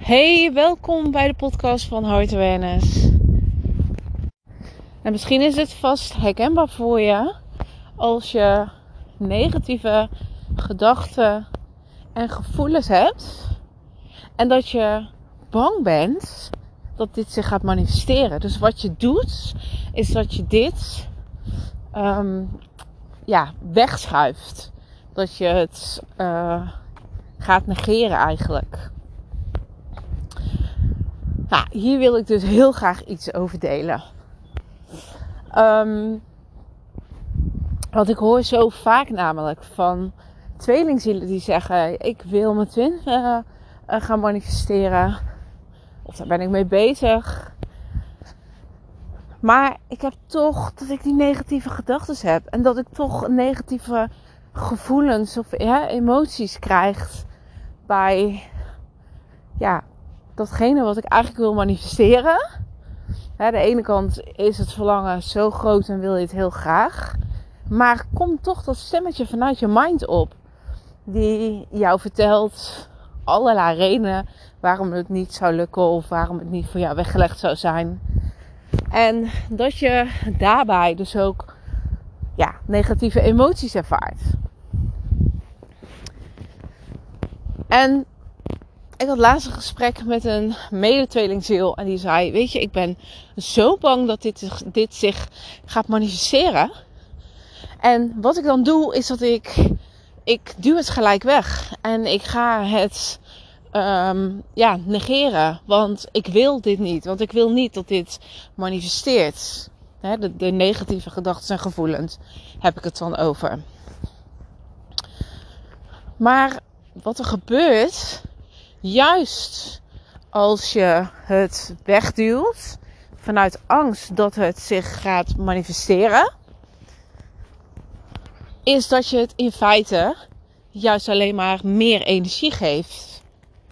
Hey, welkom bij de podcast van Heart Awareness. En misschien is het vast herkenbaar voor je als je negatieve gedachten en gevoelens hebt en dat je bang bent dat dit zich gaat manifesteren. Dus wat je doet is dat je dit wegschuift. Dat je het gaat negeren eigenlijk. Nou, hier wil ik dus heel graag iets over delen. Want ik hoor zo vaak namelijk van tweelingzielen die zeggen: ik wil mijn twin gaan manifesteren. Of daar ben ik mee bezig. Maar ik heb toch dat ik die negatieve gedachten heb. En dat ik toch negatieve gevoelens of emoties krijg bij datgene wat ik eigenlijk wil manifesteren. De ene kant is het verlangen zo groot en wil je het heel graag. Maar komt toch dat stemmetje vanuit je mind op. Die jou vertelt allerlei redenen waarom het niet zou lukken. Of waarom het niet voor jou weggelegd zou zijn. En dat je daarbij dus ook negatieve emoties ervaart. En ik had laatst een gesprek met een medetweelingziel. En die zei: weet je, ik ben zo bang dat dit zich gaat manifesteren. En wat ik dan doe is dat ik duw het gelijk weg. En ik ga het negeren. Want ik wil dit niet. Want ik wil niet dat dit manifesteert. De negatieve gedachten en gevoelens heb ik het dan over. Maar wat er gebeurt, juist als je het wegduwt vanuit angst dat het zich gaat manifesteren, is dat je het in feite juist alleen maar meer energie geeft.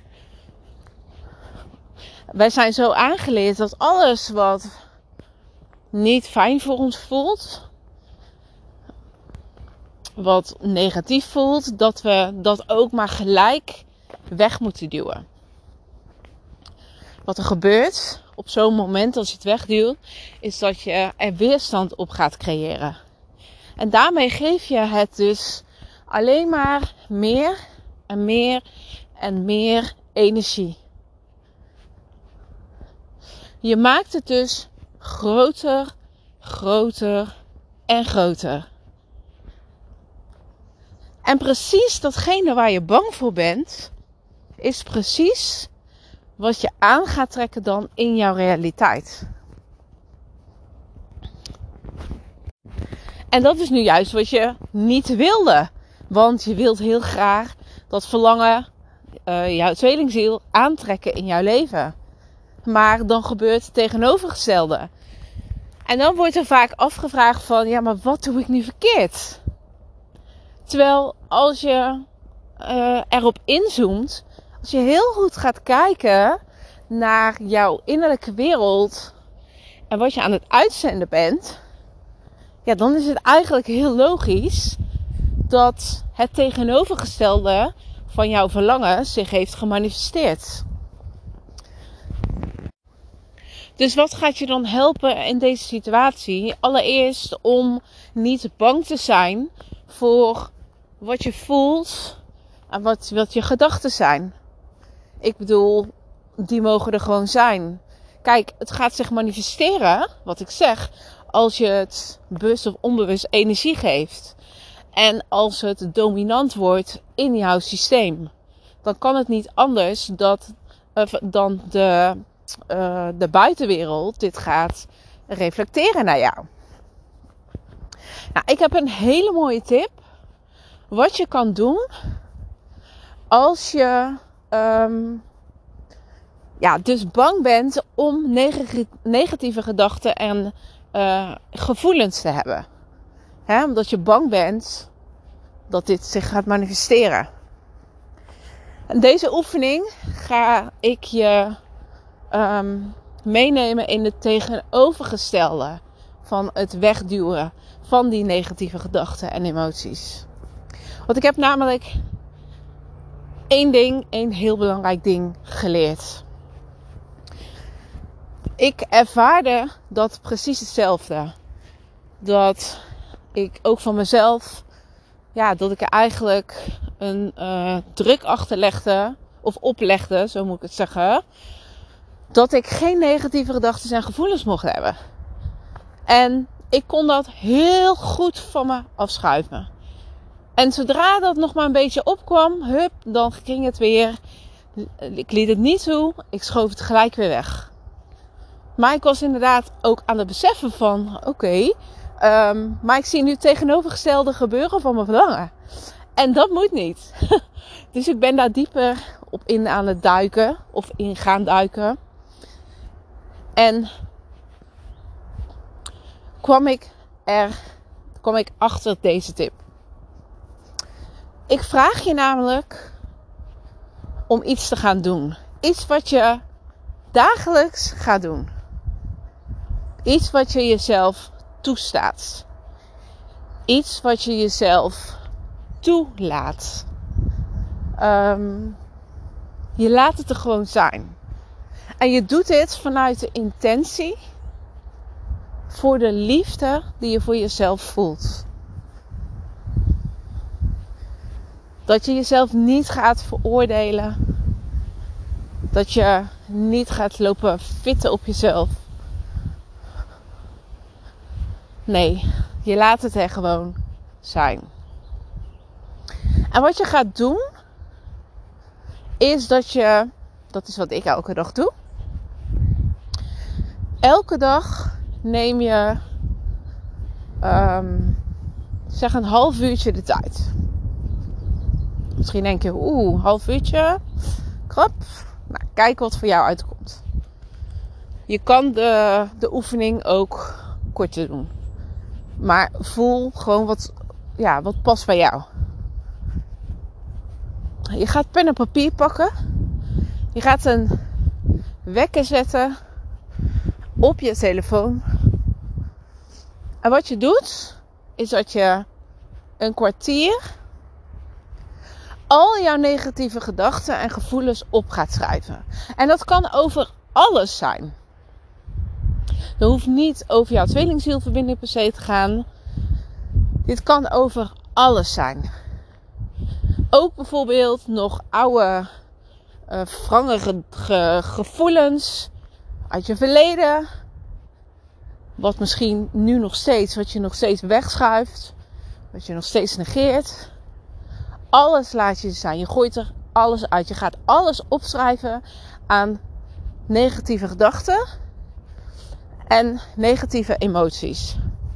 Wij zijn zo aangeleerd dat alles wat niet fijn voor ons voelt, wat negatief voelt, dat we dat ook maar gelijk weg moeten duwen. Wat er gebeurt op zo'n moment als je het wegduwt, is dat je er weerstand op gaat creëren. En daarmee geef je het dus alleen maar meer en meer en meer energie. Je maakt het dus groter, groter en groter. En precies datgene waar je bang voor bent, is precies wat je aan gaat trekken dan in jouw realiteit. En dat is nu juist wat je niet wilde. Want je wilt heel graag dat verlangen, jouw tweelingziel, aantrekken in jouw leven. Maar dan gebeurt het tegenovergestelde. En dan wordt er vaak afgevraagd van: ja, maar wat doe ik nu verkeerd? Terwijl als je erop inzoomt, als je heel goed gaat kijken naar jouw innerlijke wereld en wat je aan het uitzenden bent, ja, dan is het eigenlijk heel logisch dat het tegenovergestelde van jouw verlangen zich heeft gemanifesteerd. Dus wat gaat je dan helpen in deze situatie? Allereerst om niet bang te zijn voor wat je voelt en wat je gedachten zijn. Ik bedoel, die mogen er gewoon zijn. Kijk, het gaat zich manifesteren, wat ik zeg, als je het bewust of onbewust energie geeft. En als het dominant wordt in jouw systeem. Dan kan het niet anders dan de buitenwereld dit gaat reflecteren naar jou. Nou, ik heb een hele mooie tip. Wat je kan doen als je dus bang bent om negatieve gedachten en gevoelens te hebben. Omdat je bang bent dat dit zich gaat manifesteren. En deze oefening ga ik je meenemen in het tegenovergestelde van het wegduwen van die negatieve gedachten en emoties. Want ik heb namelijk één heel belangrijk ding geleerd. Ik ervaarde dat precies hetzelfde. Dat ik ook van mezelf, dat ik er eigenlijk een druk achter legde, of oplegde, zo moet ik het zeggen, dat ik geen negatieve gedachten en gevoelens mocht hebben. En ik kon dat heel goed van me afschuiven. En zodra dat nog maar een beetje opkwam, dan ging het weer. Ik liet het niet toe, ik schoof het gelijk weer weg. Maar ik was inderdaad ook aan het beseffen van, maar ik zie nu het tegenovergestelde gebeuren van mijn verlangen. En dat moet niet. Dus ik ben daar dieper op in aan het duiken, of in gaan duiken. En kwam ik achter deze tip. Ik vraag je namelijk om iets te gaan doen. Iets wat je dagelijks gaat doen. Iets wat je jezelf toestaat. Iets wat je jezelf toelaat. Je laat het er gewoon zijn. En je doet dit vanuit de intentie voor de liefde die je voor jezelf voelt. Dat je jezelf niet gaat veroordelen. Dat je niet gaat lopen fitten op jezelf. Nee, je laat het er gewoon zijn. En wat je gaat doen, is dat is wat ik elke dag doe. Elke dag neem je, zeg een half uurtje de tijd. Misschien denk je, half uurtje, krap. Nou, kijk wat voor jou uitkomt. Je kan de oefening ook korter doen. Maar voel gewoon wat past bij jou. Je gaat pen en papier pakken. Je gaat een wekker zetten op je telefoon. En wat je doet, is dat je een kwartier al jouw negatieve gedachten en gevoelens op gaat schrijven. En dat kan over alles zijn. Dat hoeft niet over jouw tweelingzielverbinding per se te gaan. Dit kan over alles zijn. Ook bijvoorbeeld nog oude, wrangere gevoelens uit je verleden. Wat misschien nu nog steeds, wat je nog steeds wegschuift. Wat je nog steeds negeert. Alles laat je zijn. Je gooit er alles uit. Je gaat alles opschrijven aan negatieve gedachten. En negatieve emoties.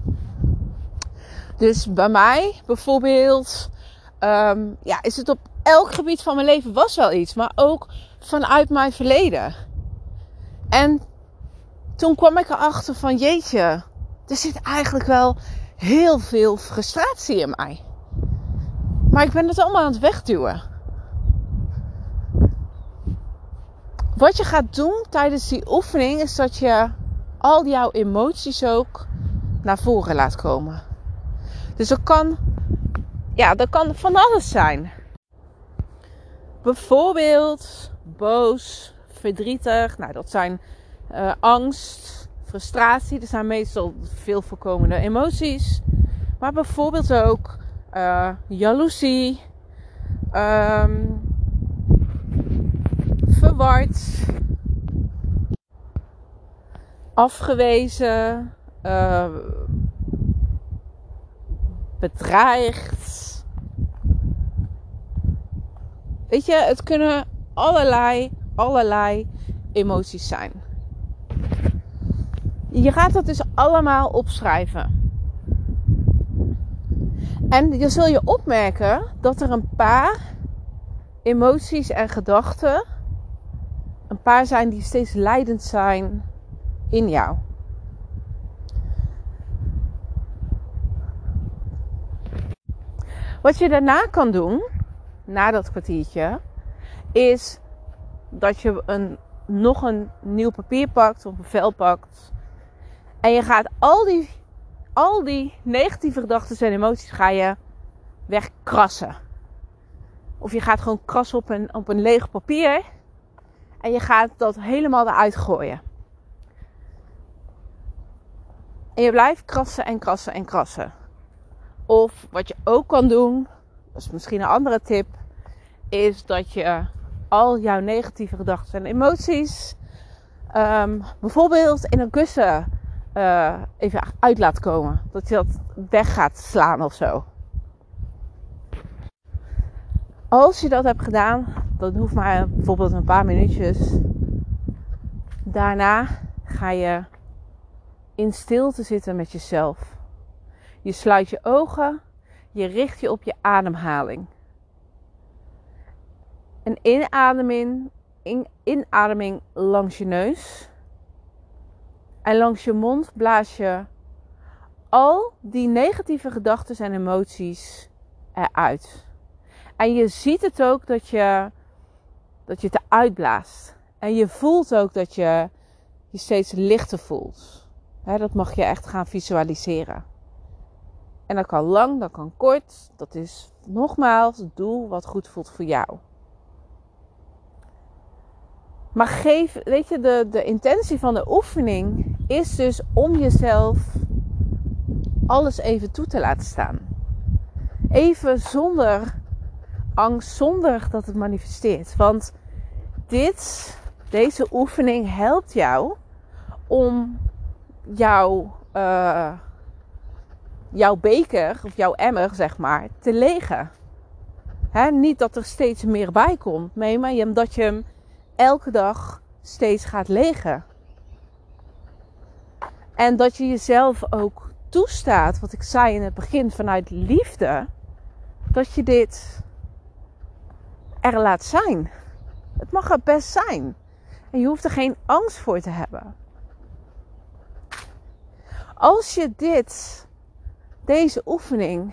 Dus bij mij bijvoorbeeld, is het op elk gebied van mijn leven was wel iets. Maar ook vanuit mijn verleden. En toen kwam ik erachter van, jeetje, er zit eigenlijk wel heel veel frustratie in mij. Maar ik ben het allemaal aan het wegduwen. Wat je gaat doen tijdens die oefening is dat je al jouw emoties ook naar voren laat komen. Dus dat kan van alles zijn. Bijvoorbeeld boos, verdrietig. Nou, dat zijn angst, frustratie. Dat zijn meestal veel voorkomende emoties. Maar bijvoorbeeld ook jaloezie, verward, afgewezen, bedreigd. Weet je, het kunnen allerlei emoties zijn. Je gaat dat dus allemaal opschrijven. En je zul je opmerken dat er een paar emoties en gedachten, een paar zijn die steeds leidend zijn in jou. Wat je daarna kan doen, na dat kwartiertje, is dat je nog een nieuw papier pakt of een vel pakt. En je gaat al die negatieve gedachten en emoties ga je wegkrassen. Of je gaat gewoon krassen op een leeg papier. En je gaat dat helemaal eruit gooien. En je blijft krassen en krassen en krassen. Of wat je ook kan doen, dat is misschien een andere tip, is dat je al jouw negatieve gedachten en emoties bijvoorbeeld in een kussen even uit laat komen. Dat je dat weg gaat slaan of zo. Als je dat hebt gedaan, dat hoeft maar bijvoorbeeld een paar minuutjes. Daarna ga je in stilte zitten met jezelf. Je sluit je ogen, je richt je op je ademhaling. Een inademing langs je neus. En langs je mond blaas je al die negatieve gedachten en emoties eruit. En je ziet het ook dat je het eruit blaast. En je voelt ook dat je steeds lichter voelt. Dat mag je echt gaan visualiseren. En dat kan lang, dat kan kort. Dat is nogmaals het doel wat goed voelt voor jou. Maar de intentie van de oefening is dus om jezelf alles even toe te laten staan. Even zonder angst, zonder dat het manifesteert. Want deze oefening helpt jou om jouw beker of jouw emmer, zeg maar, te legen. Niet dat er steeds meer bij komt, nee, maar dat je hem elke dag steeds gaat legen. En dat je jezelf ook toestaat, wat ik zei in het begin, vanuit liefde, dat je dit er laat zijn. Het mag er best zijn. En je hoeft er geen angst voor te hebben. Als je deze oefening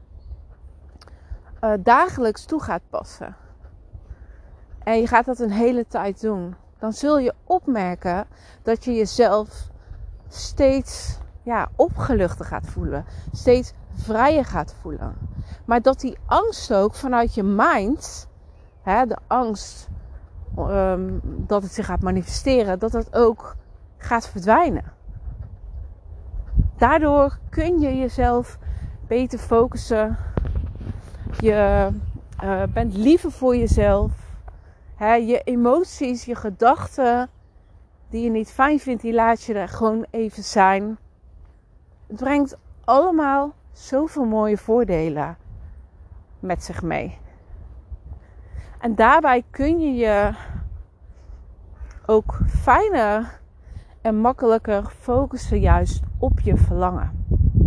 dagelijks toe gaat passen. En je gaat dat een hele tijd doen. Dan zul je opmerken dat je jezelf steeds opgeluchter gaat voelen. Steeds vrijer gaat voelen. Maar dat die angst ook vanuit je mind, de angst dat het zich gaat manifesteren, dat dat ook gaat verdwijnen. Daardoor kun je jezelf beter focussen. Je bent liever voor jezelf. Je emoties, je gedachten die je niet fijn vindt, die laat je er gewoon even zijn. Het brengt allemaal zoveel mooie voordelen met zich mee. En daarbij kun je je ook fijner en makkelijker focussen juist op je verlangen.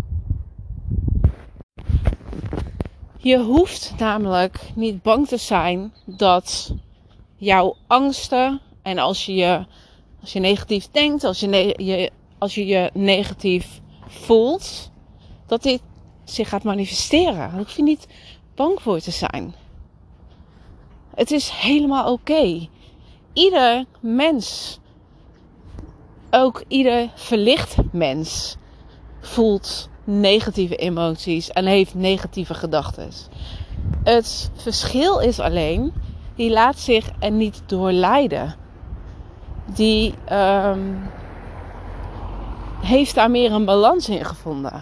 Je hoeft namelijk niet bang te zijn dat jouw angsten, en als je negatief denkt, als je je negatief voelt, dat dit zich gaat manifesteren. Daar hoef je niet bang voor te zijn. Het is helemaal oké. Ieder mens, ook ieder verlicht mens, voelt negatieve emoties en heeft negatieve gedachten. Het verschil is alleen, die laat zich er niet door leiden. Die heeft daar meer een balans in gevonden.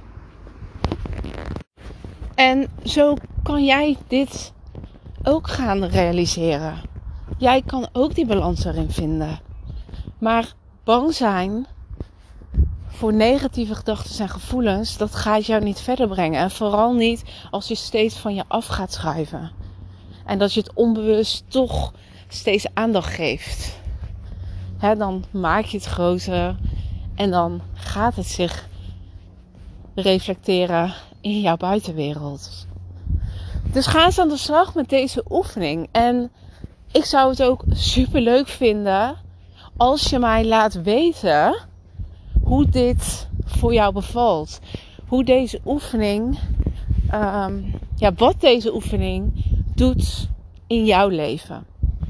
En zo kan jij dit ook gaan realiseren. Jij kan ook die balans erin vinden. Maar bang zijn voor negatieve gedachten en gevoelens, dat gaat jou niet verder brengen. En vooral niet als je steeds van je af gaat schuiven. En dat je het onbewust toch steeds aandacht geeft. Dan maak je het groter. En dan gaat het zich reflecteren in jouw buitenwereld. Dus ga eens aan de slag met deze oefening. En ik zou het ook super leuk vinden als je mij laat weten hoe dit voor jou bevalt. Hoe deze oefening, wat deze oefening doet in jouw leven.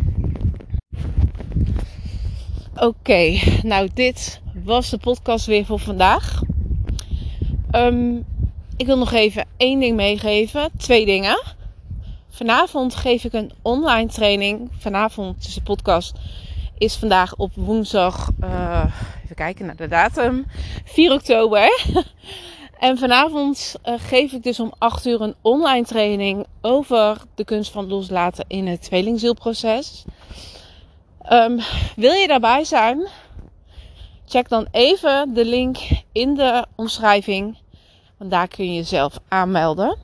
Oké, nou dit was de podcast weer voor vandaag. Ik wil nog even 1 ding meegeven. 2 dingen. vanavond geef ik een online training. Vanavond, dus de podcast is vandaag op woensdag, even kijken naar de datum, 4 oktober. En vanavond geef ik dus om 8 uur een online training over de kunst van loslaten in het tweelingzielproces. Wil je daarbij zijn? Check dan even de link in de omschrijving. Want daar kun je jezelf aanmelden.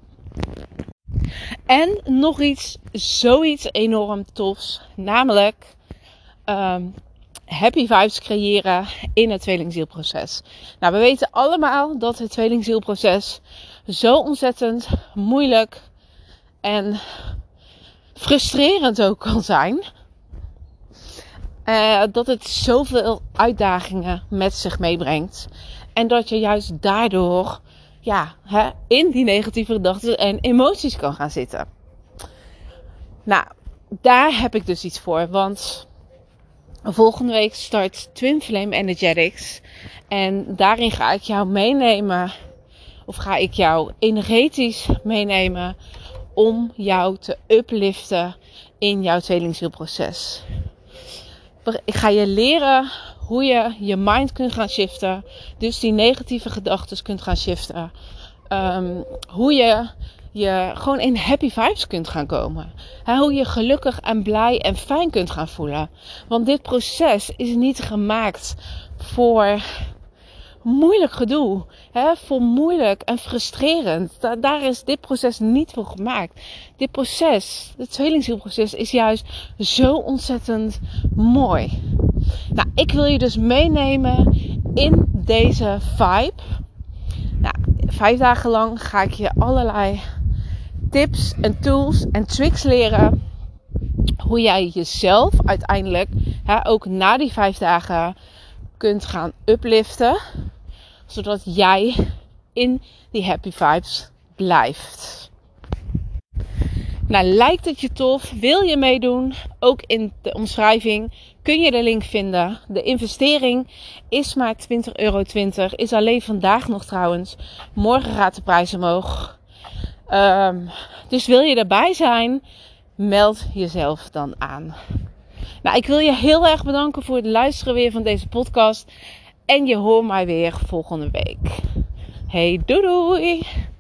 En nog zoiets enorm tofs. Namelijk happy vibes creëren in het tweelingzielproces. Nou, we weten allemaal dat het tweelingzielproces zo ontzettend moeilijk en frustrerend ook kan zijn. Dat het zoveel uitdagingen met zich meebrengt. En dat je juist daardoor in die negatieve gedachten en emoties kan gaan zitten. Nou, daar heb ik dus iets voor. Want volgende week start Twin Flame Energetics. En daarin ga ik jou meenemen. Of ga ik jou energetisch meenemen. Om jou te upliften in jouw tweelingzielproces. Ik ga je leren hoe je je mind kunt gaan shiften. Dus die negatieve gedachten kunt gaan shiften. Hoe je gewoon in happy vibes kunt gaan komen. Hoe je gelukkig en blij en fijn kunt gaan voelen. Want dit proces is niet gemaakt voor moeilijk gedoe. Voor moeilijk en frustrerend. Daar is dit proces niet voor gemaakt. Dit proces, het tweelingzielproces, is juist zo ontzettend mooi. Nou, ik wil je dus meenemen in deze vibe. Nou, 5 dagen lang ga ik je allerlei tips en tools en tricks leren. Hoe jij jezelf uiteindelijk, ook na die 5 dagen, kunt gaan upliften. Zodat jij in die happy vibes blijft. Nou, lijkt het je tof? Wil je meedoen? Ook in de omschrijving kun je de link vinden. De investering is maar €20. Is alleen vandaag nog trouwens. Morgen gaat de prijs omhoog. Dus wil je erbij zijn? Meld jezelf dan aan. Nou, ik wil je heel erg bedanken voor het luisteren weer van deze podcast. En je hoort mij weer volgende week. Hey, doei doei!